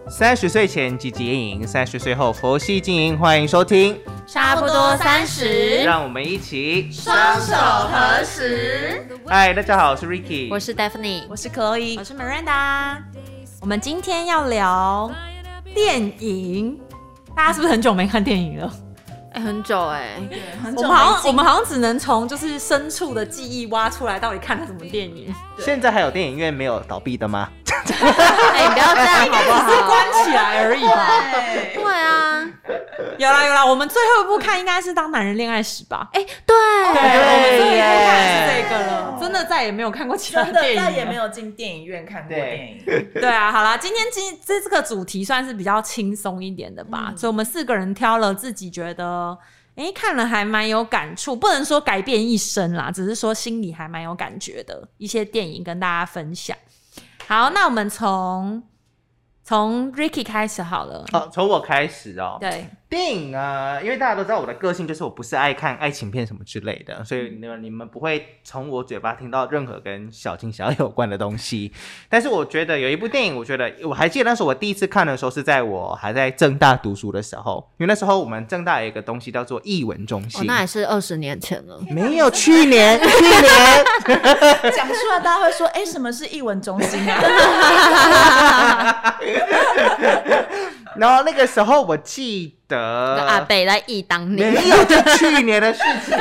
30岁前积极经营，30岁后佛系经营。欢迎收听， 差不多30， 让我们一起双手合十。 嗨，大家好，我是 Ricky， 我是 Daphne， 我是 Chloe， 我是 Miranda。我们今天要聊电影，大家是不是很久没看电影了？ 很久我们好像只能从就是深处的记忆挖出来，到底看了什么电影。 现在还有电影院没有倒闭的吗？ 你不要这样好不好？ 只是关起来而已吧。 对啊， 有啦，我们最后一部看应该是《当男人恋爱时》吧？ 对， 我们最后一部看的是这个了，真的再也没有看过其他电影， 再也没有进电影院看过电影。 对啊，好啦，今天这个主题算是比较轻松一点的吧，所以我们4个人挑了自己觉得看了还蛮有感触，不能说改变一生啦，只是说心里还蛮有感觉的一些电影跟大家分享。好，那我们从 Ricky 开始好了。 从我开始哦。 对， 电影啊，因为大家都知道我的个性就是我不是爱看爱情片什么之类的，所以你们不会从我嘴巴听到任何跟小情小爱有关的东西。但是我觉得有一部电影，我还记得那时候我第一次看的时候是在我还在政大读书的时候，因为那时候我们政大有一个东西叫做艺文中心。 那也是20年前了。 没有，去年讲出来大家会说什么是艺文中心啊？ 然后那个时候我记得阿北在忆当年， 没有，就去年的事情。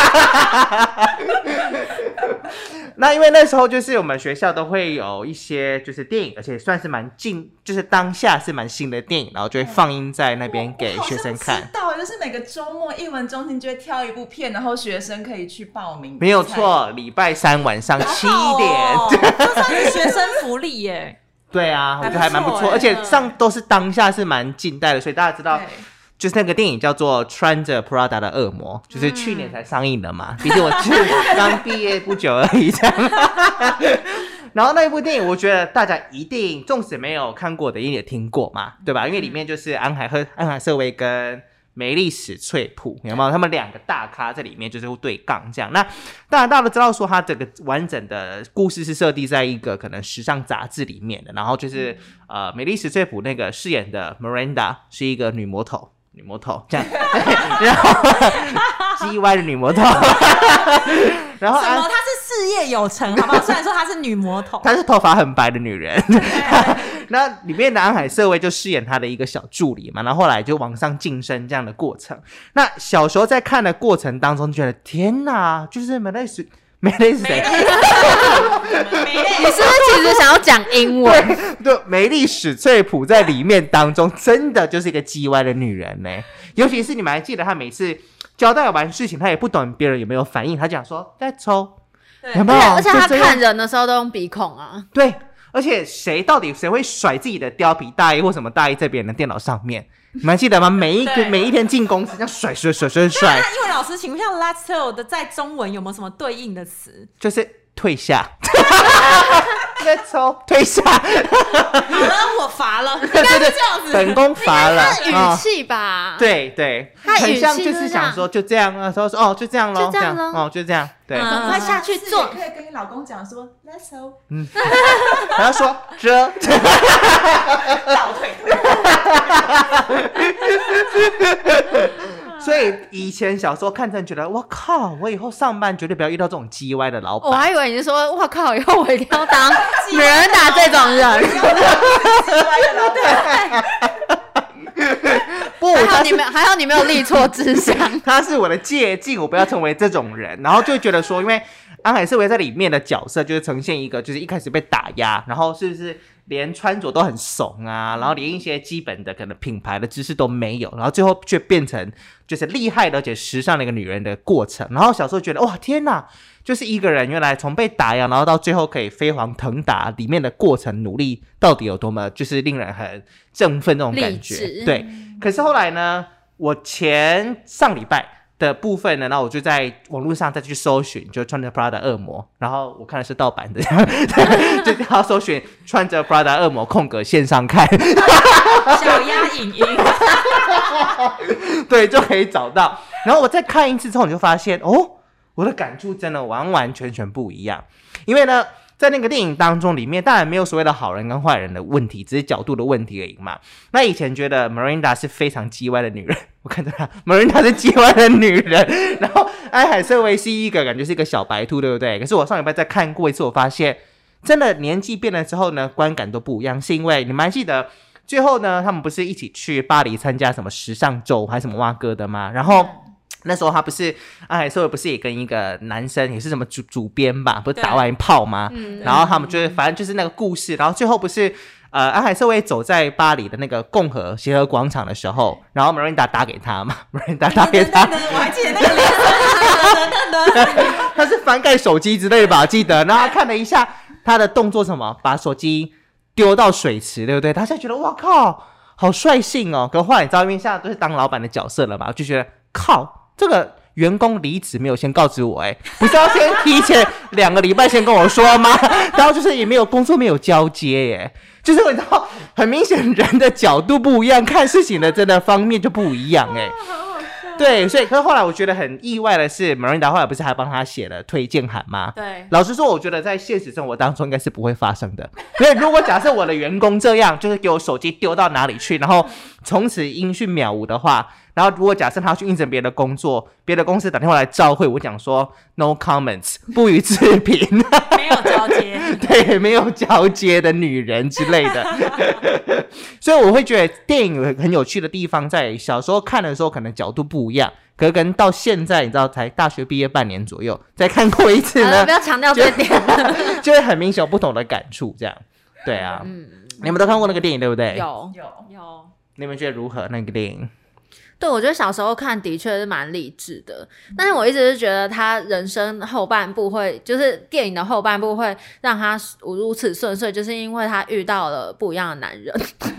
那因为那时候就是我们学校都会有一些就是电影，而且算是蛮近，就是当下是蛮新的电影，然后就会放映在那边给学生看。 我知道，就是每个周末艺文中心就会挑一部片，然后学生可以去报名。 没有错，礼拜3晚上7点， 这算是学生福利耶。 对啊，我觉得还蛮不错，而且都是当下是蛮近代的，所以大家知道。就是那个电影叫做《穿着 Prada 的恶魔》，就是去年才上映的嘛，毕竟我刚毕业不久而已这样。然后那一部电影，我觉得大家一定，纵使没有看过的，也听过嘛，对吧？因为里面就是安海瑟薇跟梅丽史翠普，有没有？他们2个大咖在里面就是对杠这样。那当然大家都知道说，他这个完整的故事是设定在一个可能时尚杂志里面的，然后就是梅丽史翠普那个饰演的 Miranda 是一个女魔头这样，然后叽歪的女魔头，然后什么？她是事业有成，好不好？虽然说她是女魔头， 她是头发很白的女人。那里面的安海瑟薇就饰演她的一个小助理嘛，然后后来就往上晋升这样的过程。那小时候在看的过程当中，觉得天哪，就是梅丽史谁？ 你是不是其实想要讲英文？ 对，梅丽史翠普在里面当中真的就是一个叽歪的女人呢。尤其是你们还记得她每次交代完事情，她也不懂别人有没有反应，她讲说在抽，有没有？ 而且她看人的时候都用鼻孔啊。 对，而且到底谁会甩自己的貂皮大衣或什么大衣在别人的电脑上面？你们还记得吗？每一天进公司这样甩。 那英文老师，请问一下 ，Let's go 的在中文有没有什么对应的词？ 就是退下。Let's go 退下。好了，我罚了，应该是这样子。 本宫罚了。 语气吧。 对，很像就是想说就这样啊，说就这样咯， 就这样咯， 就这样。对， 赶快下去做。 可以跟你老公讲说 Let's go。 还要说这。 倒退。 所以以前小时候看真觉得我靠，我以后上班绝对不要遇到这种叽歪的老板。 我还以为你是说我靠，以后我一定要当女人打这种人。 叽歪的老板。 不， 还好你没有立错志向。 他是我的借镜，我不要成为这种人。然后就会觉得说，因为安海瑟薇在里面的角色就是呈现一个，就是一开始被打压，然后是不是连穿着都很怂啊，然后连一些基本的可能品牌的知识都没有，然后最后却变成就是厉害的而且时尚的一个女人的过程。然后小时候觉得哇天哪，就是一个人原来从被打压，然后到最后可以飞黄腾达，里面的过程努力到底有多么就是令人很振奋那种感觉。对，可是后来呢，我上礼拜的部分呢，然后我就在网络上再去搜寻，就穿着 Prada 恶魔，然后我看的是盗版的，就要搜寻穿着 Prada 恶魔空格线上看， 小鸭影音， 对，就可以找到。然后我再看一次之后，你就发现哦，我的感触真的完完全全不一样。因为呢， 在那个电影当中里面，当然没有所谓的好人跟坏人的问题，只是角度的问题而已嘛。那以前觉得 Miranda 是非常叽歪的女人，我看到她 Miranda 是叽歪的女人，然后安海瑟薇是一个感觉是一个小白兔，对不对？可是我上礼拜再看过一次，我发现真的年纪变了之后呢，观感都不一样，是因为你们还记得最后呢，他们不是一起去巴黎参加什么时尚周还是什么蛙哥的吗？然后那时候他不是安海瑟薇不是也跟一个男生也是什么主编吧，不是打完炮吗？然后他们就是反正就是那个故事，然后最后不是安海瑟薇走在巴黎的那个共和协和广场的时候，然后 Miranda 打给他嘛，Miranda 打给他， 我还记得那个脸， 他是翻盖手机之类的吧，记得，然后他看了一下他的动作什么，把手机丢到水池，对不对？他现在觉得哇靠，好率性哦。可后来你知道，因为现在都是当老板的角色了嘛，我就觉得靠，这个员工离职没有先告知我，不是要先提前2个礼拜先跟我说吗？然后就是也没有工作没有交接耶，就是你知道，很明显人的角度不一样，看事情的真的方面就不一样哎。对，所以可是后来我觉得很意外的是 Miranda 后来不是还帮他写了推荐函吗？ 对， 老实说我觉得在现实生活当中应该是不会发生的，因为如果假设我的员工这样就是给我手机丢到哪里去，然后从此音讯渺无的话，然后如果假设他要去应征别的工作，别的公司打电话来召会，我讲说 no comments 不予置评没有交接对，没有交接的女人之类的所以我会觉得电影有很有趣的地方在小时候看的时候可能角度不一样，可是跟到现在你知道才大学毕业半年左右再看过一次呢， 不要强调这点就会很明显有不同的感触这样。对啊，你们都看过那个电影对不对？ 有， 你们觉得如何那个电影？ 对，我觉得小时候看的确是蛮励志的，但是我一直是觉得他人生后半部会，就是电影的后半部会让他如此顺遂，就是因为他遇到了不一样的男人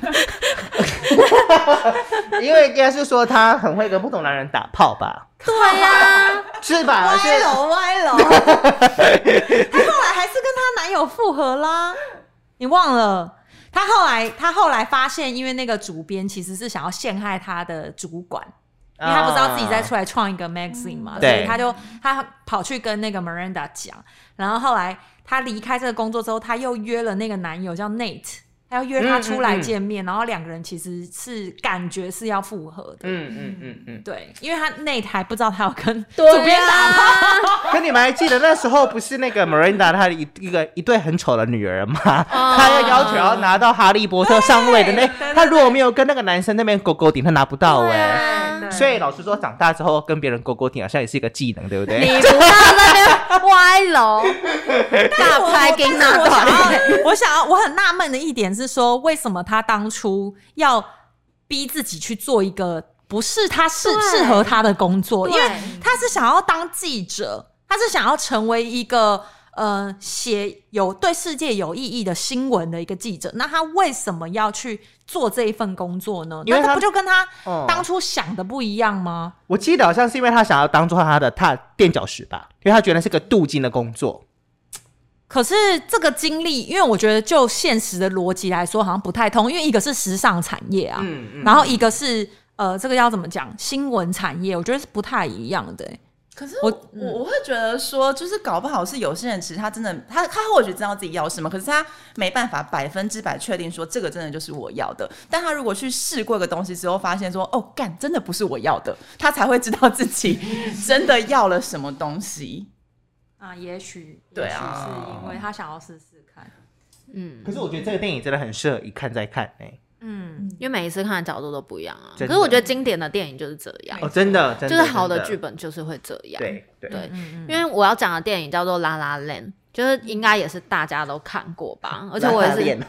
因为应该是说他很会跟不同男人打炮吧？ 对呀、 是吧？ 歪楼他后来还是跟她男友复合啦，你忘了？他后来发现，因为那个主编其实是想要陷害他的主管，因为他不知道自己再出来创一个 magazine 嘛，所以他跑去跟那个 Miranda 讲，然后后来他离开这个工作之后，他又约了那个男友叫 Nate， 他要约他出来见面，然后2个人其实是感觉是要复合的，对，因为他 Nate 还不知道他要跟主编打炮， 可你们还记得那时候不是那个 Miranda 她一对很丑的女儿吗？她要求要拿到哈利波特上位的那，她如果没有跟那个男生那边勾勾顶，她拿不到所以老实说，长大之后跟别人勾勾顶好像也是一个技能，对不对？ 你不要在那边歪楼大拍给那段。 我很纳闷的一点是说，为什么他当初要逼自己去做一个不是他适合他的工作？因为他是想要当记者，他是想要成为一个写对世界有意义的新闻的一个记者，那他为什么要去做这一份工作呢？因为他不就跟他当初想的不一样吗？ 我记得好像是因为他想要当做他的垫脚石吧，因为他觉得是个镀金的工作。 可是这个经历，因为我觉得就现实的逻辑来说好像不太通，因为一个是时尚产业啊，然后一个是这个要怎么讲新闻产业，我觉得是不太一样的可是我会觉得说，就是搞不好是有些人其实他真的他或许知道自己要什么，可是他没办法100%确定说这个真的就是我要的。但他如果去试过一个东西之后，发现说哦干真的不是我要的，他才会知道自己真的要了什么东西啊。也许对啊， 是因为他想要试试看。 可是我觉得这个电影真的很适合一看再看因为每一次看的角度都不一样啊。可是我觉得经典的电影就是这样， 真的就是好的剧本就是会这样。 对， 因为我要讲的电影叫做《La La Land》，就是应该也是大家都看过吧，而且我也是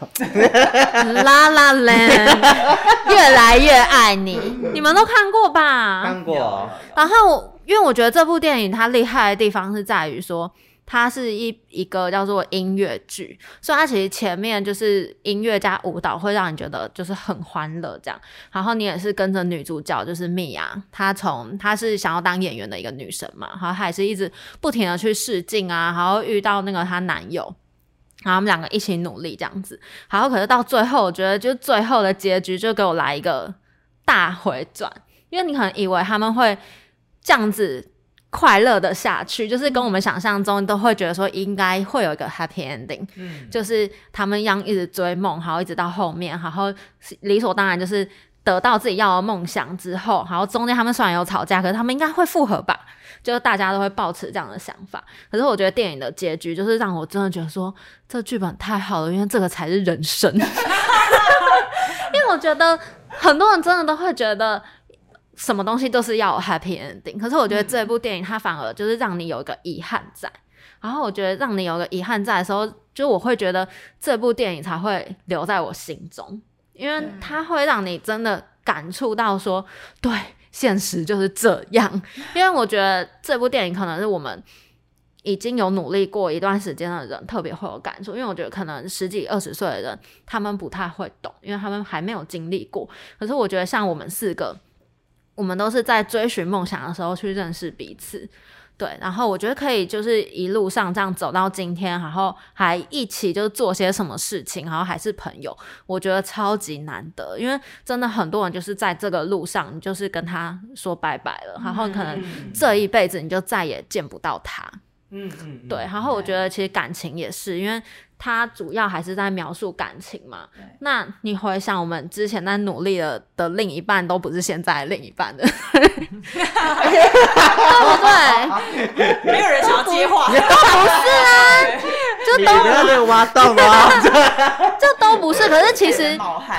La La Land 越来越爱你，你们都看过吧？ 看过。 然后因为我觉得这部电影它厉害的地方是在于说，它是一个叫做音乐剧，所以它其实前面就是音乐加舞蹈会让你觉得就是很欢乐这样，然后你也是跟着女主角就是蜜娅，她是想要当演员的一个女生嘛，然后她也是一直不停的去试镜啊，然后遇到那个她男友，然后他们2个一起努力这样子，然后可是到最后我觉得就最后的结局就给我来一个大回转，因为你可能以为他们会这样子快乐的下去，就是跟我们想象中都会觉得说应该会有一个 happy ending，就是他们一直追梦，然后一直到后面，然后理所当然就是得到自己要的梦想之后，然后中间他们虽然有吵架，可是他们应该会复合吧，就是大家都会抱持这样的想法。可是我觉得电影的结局就是让我真的觉得说这剧本太好了，因为这个才是人生。因为我觉得很多人真的都会觉得什么东西都是要有 happy ending， 可是我觉得这部电影它反而就是让你有一个遗憾在，然后我觉得让你有个遗憾在的时候，就我会觉得这部电影才会留在我心中，因为它会让你真的感触到说对，现实就是这样。因为我觉得这部电影可能是我们已经有努力过一段时间的人特别会有感触，因为我觉得可能10几20岁的人他们不太会懂，因为他们还没有经历过。可是我觉得像我们4个，我们都是在追寻梦想的时候去认识彼此，对，然后我觉得可以就是一路上这样走到今天，然后还一起就是做些什么事情，然后还是朋友，我觉得超级难得。因为真的很多人就是在这个路上你就是跟他说拜拜了，然后可能这一辈子你就再也见不到他。对，然后我觉得其实感情也是，因为他主要还是在描述感情嘛。那你回想我们之前在努力的另一半都不是现在的另一半的，对不对？ 没有人想要接话， 都不是啊，就都你不要被挖到吗？ 就都不是。可是其实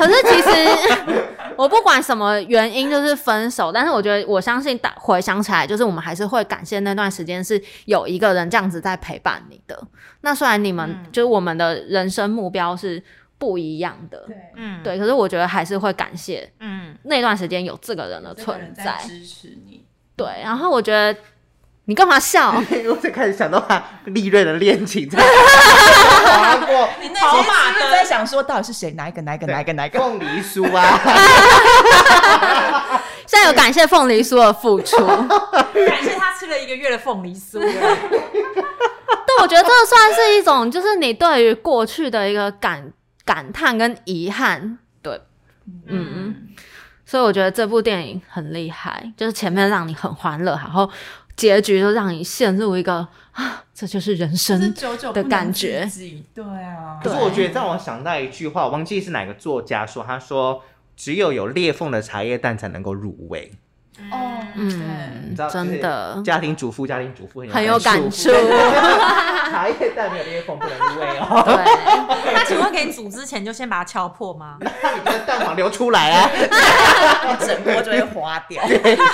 我不管什么原因就是分手，但是我觉得我相信回想起来，就是我们还是会感谢那段时间是有一个人这样子在陪伴你的。那虽然你们就是我们的人生目标是不一样的，对，可是我觉得还是会感谢，那段时间有这个人的存在， 支持你。 对，然后我觉得你干嘛笑？ 我就开始想到他利锐的恋情在划过， 你内心是不是在想说，到底是谁？哪一个？ 凤梨酥啊！ 现在有感谢凤梨酥的付出， 感谢他吃了1个月的凤梨酥。 对，我觉得这算是一种，就是你对于过去的一个感叹跟遗憾。对，所以我觉得这部电影很厉害，就是前面让你很欢乐，然后结局就让你陷入一个这就是人生的感觉。 对啊。 可是我觉得让我想到一句话，我忘记是哪个作家说，他说只有裂缝的茶叶蛋才能够入味。 真的， 家庭主妇很有感触。 茶叶蛋没有裂缝不能入味哦。 对， 那请问可以煮之前就先把它敲破吗？ 那你的蛋黄流出来啊， 整锅就会花掉。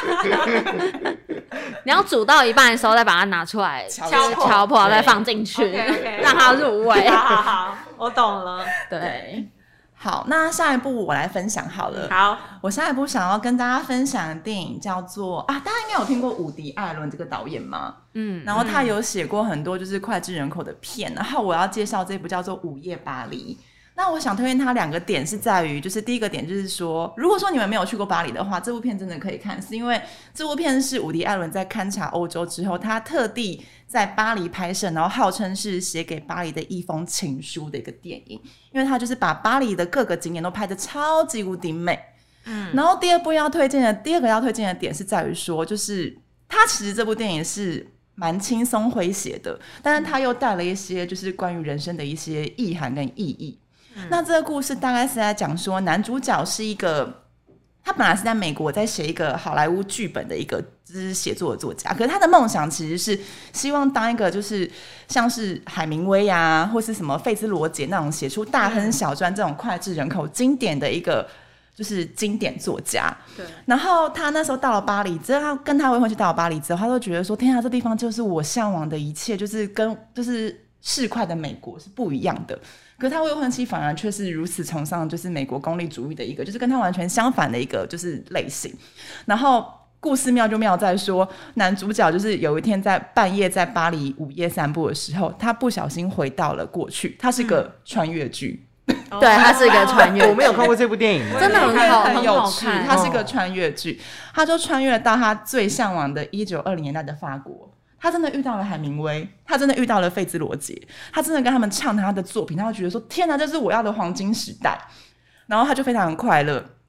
你要煮到一半的时候再把它拿出来敲破，再放进去，让它入味。 好，我懂了。 对。 好，那下一部我来分享好了。 好， 我下一部想要跟大家分享的电影叫做大家应该有听过伍迪·艾伦这个导演吗？然后他有写过很多就是脍炙人口的片，然后我要介绍这部叫做《午夜巴黎》。那我想推荐它2个点是在于，就是第一个点就是说，如果说你们没有去过巴黎的话，这部片真的可以看，是因为这部片是伍迪·艾伦在勘察欧洲之后，他特地在巴黎拍摄，然后号称是写给巴黎的一封情书的一个电影，因为他就是把巴黎的各个景点都拍得超级无敌美。然后第二个要推荐的点是在于说，就是他其实这部电影是蛮轻松诙谐的，但是他又带了一些就是关于人生的一些意涵跟意义。那这个故事大概是在讲说，男主角是一个，他本来是在美国在写一个好莱坞剧本的一个就是写作的作家，可是他的梦想其实是希望当一个就是像是海明威啊，或是什么费兹罗杰那种写出大亨小传这种脍炙人口经典的一个就是经典作家。对。然后他那时候到了巴黎之后，他跟他未婚妻到了巴黎之后，他都觉得说，天啊，这地方就是我向往的一切，就是跟就是市侩的美国是不一样的。可是他未婚妻反而却是如此崇尚就是美国功利主义的一个，就是跟他完全相反的一个就是类型。然后故事妙就妙在说，男主角就是有一天在半夜在巴黎午夜散步的时候，他不小心回到了过去，它是个穿越剧。 对，它是一个穿越剧。 我没有看过这部电影， 真的很有趣。它是个穿越剧，他就穿越到他最向往的1920年代的法国。他真的遇到了海明威，他真的遇到了费兹罗杰，他真的跟他们畅谈他的作品，他会觉得说天哪，这是我要的黄金时代，然后他就非常快乐。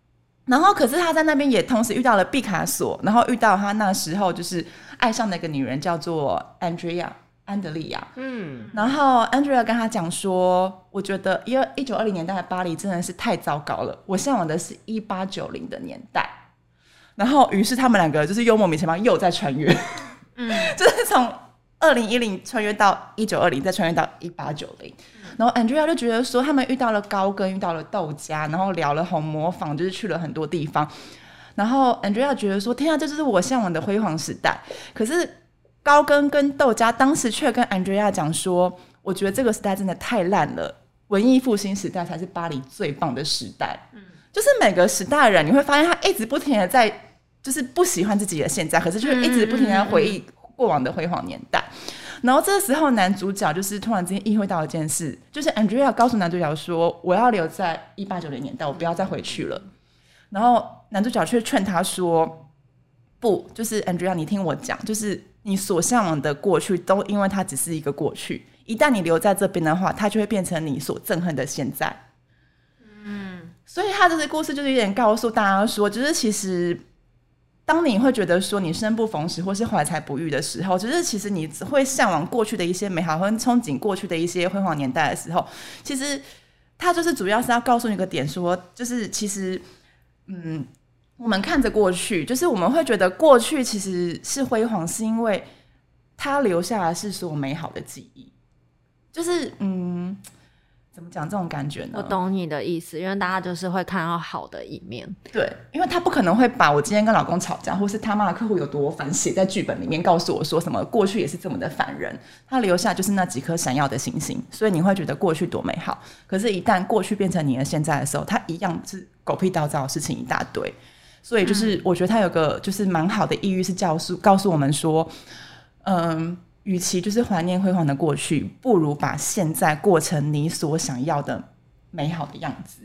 然后可是他在那边也同时遇到了毕卡索，然后遇到他那时候就是爱上的一个女人叫做安德利亚。然后 Andrea 跟他讲说，我觉得1920年代的巴黎真的是太糟糕了，我向往的是1890的年代。然后于是他们两个就是又莫名其妙又在穿越，就是从2010穿越到1920，再穿越到1890。然后 Andrea 就觉得说，他们遇到了高更，遇到了窦家，然后聊了红磨坊，就是去了很多地方。然后 Andrea 觉得说，天啊，这就是我向往的辉煌时代。可是高更跟窦家当时却跟 Andrea 讲说，我觉得这个时代真的太烂了，文艺复兴时代才是巴黎最棒的时代。就是每个时代的人，你会发现他一直不停的在，就是不喜欢自己的现在，可是却一直不停的回忆过往的辉煌年代。然后这时候男主角就是突然之间意会到一件事，就是 Andrea 告诉男主角说，我要留在1890年代，我不要再回去了。然后男主角却劝他说，不，就是 Andrea 你听我讲，就是你所向往的过去都因为它只是一个过去，一旦你留在这边的话，它就会变成你所憎恨的现在。所以他这个故事就是有点告诉大家说，就是其实当你会觉得说你生不逢时或是怀才不遇的时候，就是其实你只会向往过去的一些美好，或憧憬过去的一些辉煌年代的时候，其实他就是主要是要告诉你一个点说，就是其实我们看着过去，就是我们会觉得过去其实是辉煌，是因为它留下的是所有美好的记忆。就是怎么讲这种感觉呢？ 我懂你的意思，因为大家就是会看到好的一面。 对，因为他不可能会把我今天跟老公吵架，或是他妈的客户有多烦写在剧本里面，告诉我说什么过去也是这么的烦人。他留下就是那几颗闪耀的星星，所以你会觉得过去多美好。可是，一旦过去变成你的现在的时候，它一样是狗屁倒灶的事情一大堆。所以就是我觉得他有个就是蛮好的意喻，是告诉我们说，与其就是怀念辉煌的过去，不如把现在过成你所想要的美好的样子。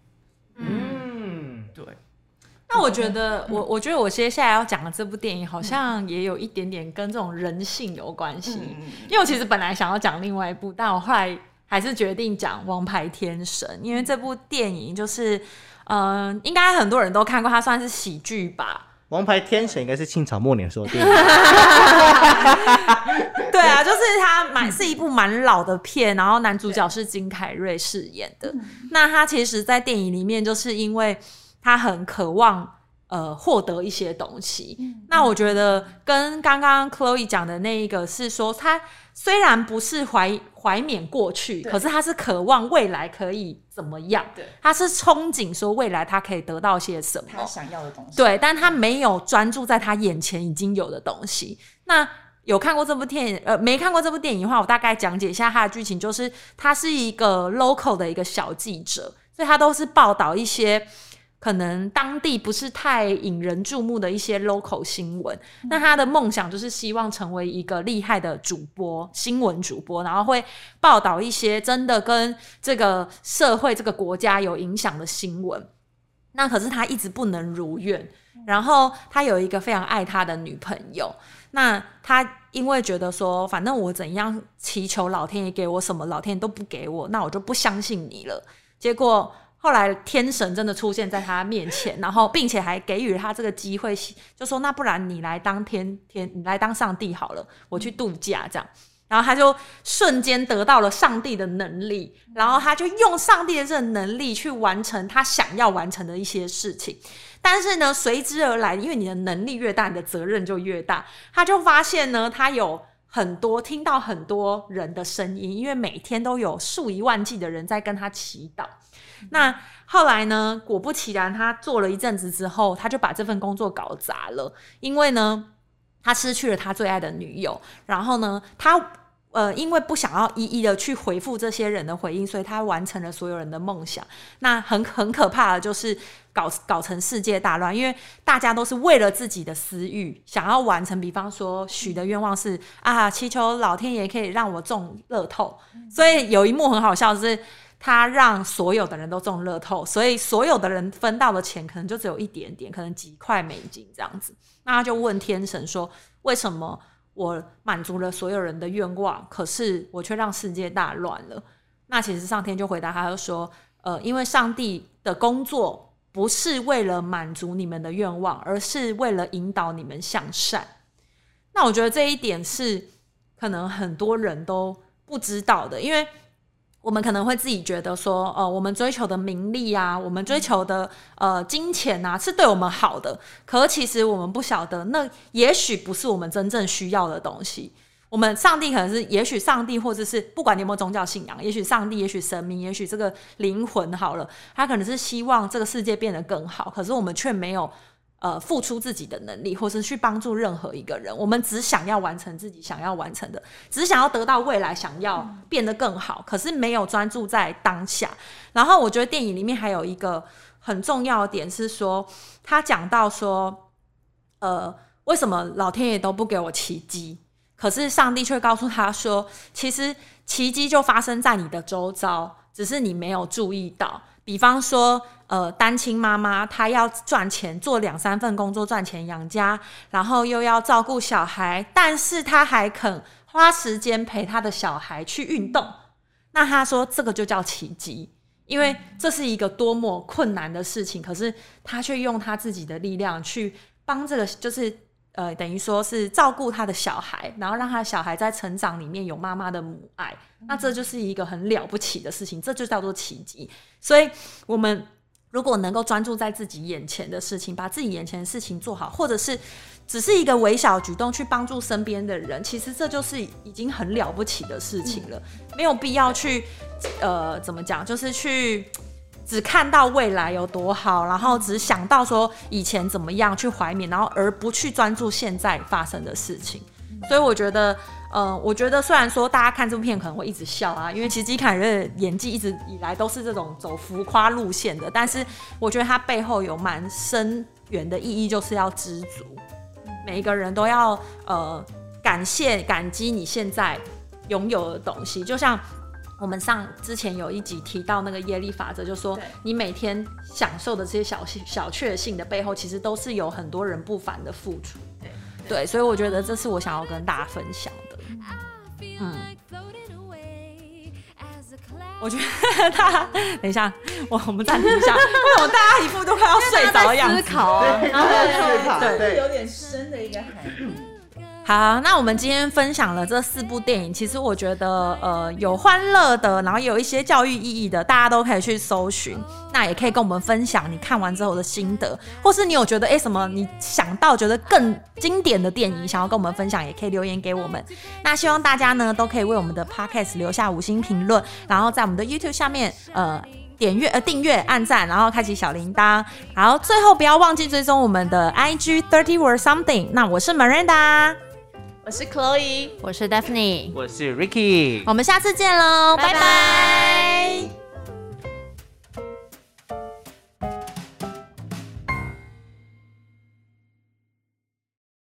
对。 那我觉得，我觉得我接下来要讲的这部电影好像也有一点点跟这种人性有关系。因为我其实本来想要讲另外一部，但我后来还是决定讲《王牌天神》，因为这部电影就是应该很多人都看过，它算是喜剧吧。 王牌天神应该是清朝末年时候的电影。 对啊，就是它是一部蛮老的片，然后男主角是金凯瑞饰演的。那他其实在电影里面就是因为他很渴望获得一些东西。那我觉得跟刚刚 Chloe 讲的那一个是说，他虽然不是怀缅过去，可是他是渴望未来可以怎么样，他是憧憬说未来他可以得到些什么， 他想要的东西。 对，但他没有专注在他眼前已经有的东西。那有看过这部电影没看过这部电影的话，我大概讲解一下它的剧情，就是他是一个 local 的一个小记者，所以他都是报道一些可能当地不是太引人注目的一些 local 新闻。那他的梦想就是希望成为一个厉害的主播，新闻主播，然后会报道一些真的跟这个社会这个国家有影响的新闻。那可是他一直不能如愿，然后他有一个非常爱他的女朋友，那他因为觉得说反正我怎样祈求老天爷给我什么，老天爷都不给我，那我就不相信你了。结果后来天神真的出现在他面前，然后并且还给予他这个机会，就说那不然你来当你来当上帝好了，我去度假这样。然后他就瞬间得到了上帝的能力，然后他就用上帝的这个能力去完成他想要完成的一些事情。但是呢，随之而来，因为你的能力越大，你的责任就越大。他就发现呢，他有听到很多人的声音，因为每天都有数以万计的人在跟他祈祷。那后来呢，果不其然，他做了一阵子之后，他就把这份工作搞砸了。因为呢，他失去了他最爱的女友，然后呢，他因为不想要一一的去回复这些人的回应，所以他完成了所有人的梦想。那很可怕的就是搞成世界大乱，因为大家都是为了自己的私欲想要完成，比方说许的愿望是祈求老天爷可以让我中乐透。所以有一幕很好笑的是，他让所有的人都中乐透，所以所有的人分到的钱可能就只有一点点，可能几块美金这样子。那他就问天神说，为什么我满足了所有人的愿望，可是我却让世界大乱了？那其实上天就回答他，就说因为上帝的工作不是为了满足你们的愿望，而是为了引导你们向善。那我觉得这一点是可能很多人都不知道的，因为我们可能会自己觉得说，我们追求的名利啊，我们追求的金钱啊，是对我们好的，可其实我们不晓得，那也许不是我们真正需要的东西。我们上帝可能是，也许上帝或者是不管你有没有宗教信仰，也许上帝，也许神明，也许这个灵魂好了，他可能是希望这个世界变得更好，可是我们却没有付出自己的能力，或是去帮助任何一个人，我们只想要完成自己想要完成的，只想要得到未来想要变得更好，可是没有专注在当下。然后我觉得电影里面还有一个很重要的点是说，他讲到说为什么老天爷都不给我奇迹，可是上帝却告诉他说，其实奇迹就发生在你的周遭，只是你没有注意到。比方说单亲妈妈她要赚钱，做2-3份工作赚钱养家，然后又要照顾小孩，但是她还肯花时间陪她的小孩去运动，那她说这个就叫奇迹，因为这是一个多么困难的事情，可是她却用她自己的力量去帮这个，就是等于说是照顾他的小孩，然后让他的小孩在成长里面有妈妈的母爱，那这就是一个很了不起的事情，这就叫做奇迹。所以我们如果能够专注在自己眼前的事情，把自己眼前的事情做好，或者是只是一个微小举动去帮助身边的人，其实这就是已经很了不起的事情了，没有必要去怎么讲，就是去只看到未来有多好，然后只想到说以前怎么样去怀缅，然后而不去专注现在发生的事情。所以我觉得虽然说大家看这部片可能会一直笑啊，因为其实基凯瑞的演技一直以来都是这种走浮夸路线的，但是我觉得他背后有蛮深远的意义，就是要知足，每一个人都要感激你现在拥有的东西，就像我们之前有一集提到那个业力法则，就说你每天享受的这些小确幸的背后，其实都是有很多人不凡的付出。对，所以我觉得这是我想要跟大家分享的。我觉得等一下，我们暂停一下，为什么大家一副都快要睡着的样子？ 思考啊， 对，有点深的一个含义。 好，那我们今天分享了这4部电影，其实我觉得有欢乐的，然后也有一些教育意义的，大家都可以去搜寻。那也可以跟我们分享你看完之后的心得，或是你有觉得什么你想到觉得更经典的电影想要跟我们分享，也可以留言给我们。那希望大家呢都可以为我们的 Podcast 留下5星评论，然后在我们的 YouTube 下面订阅、按赞，然后开启小铃铛。然后最后不要忘记追踪我们的 IG 30 word something。那我是 Miranda， 我是 Chloe， 我是 Daphne， 我是 Ricky， 我们下次见喽，拜拜。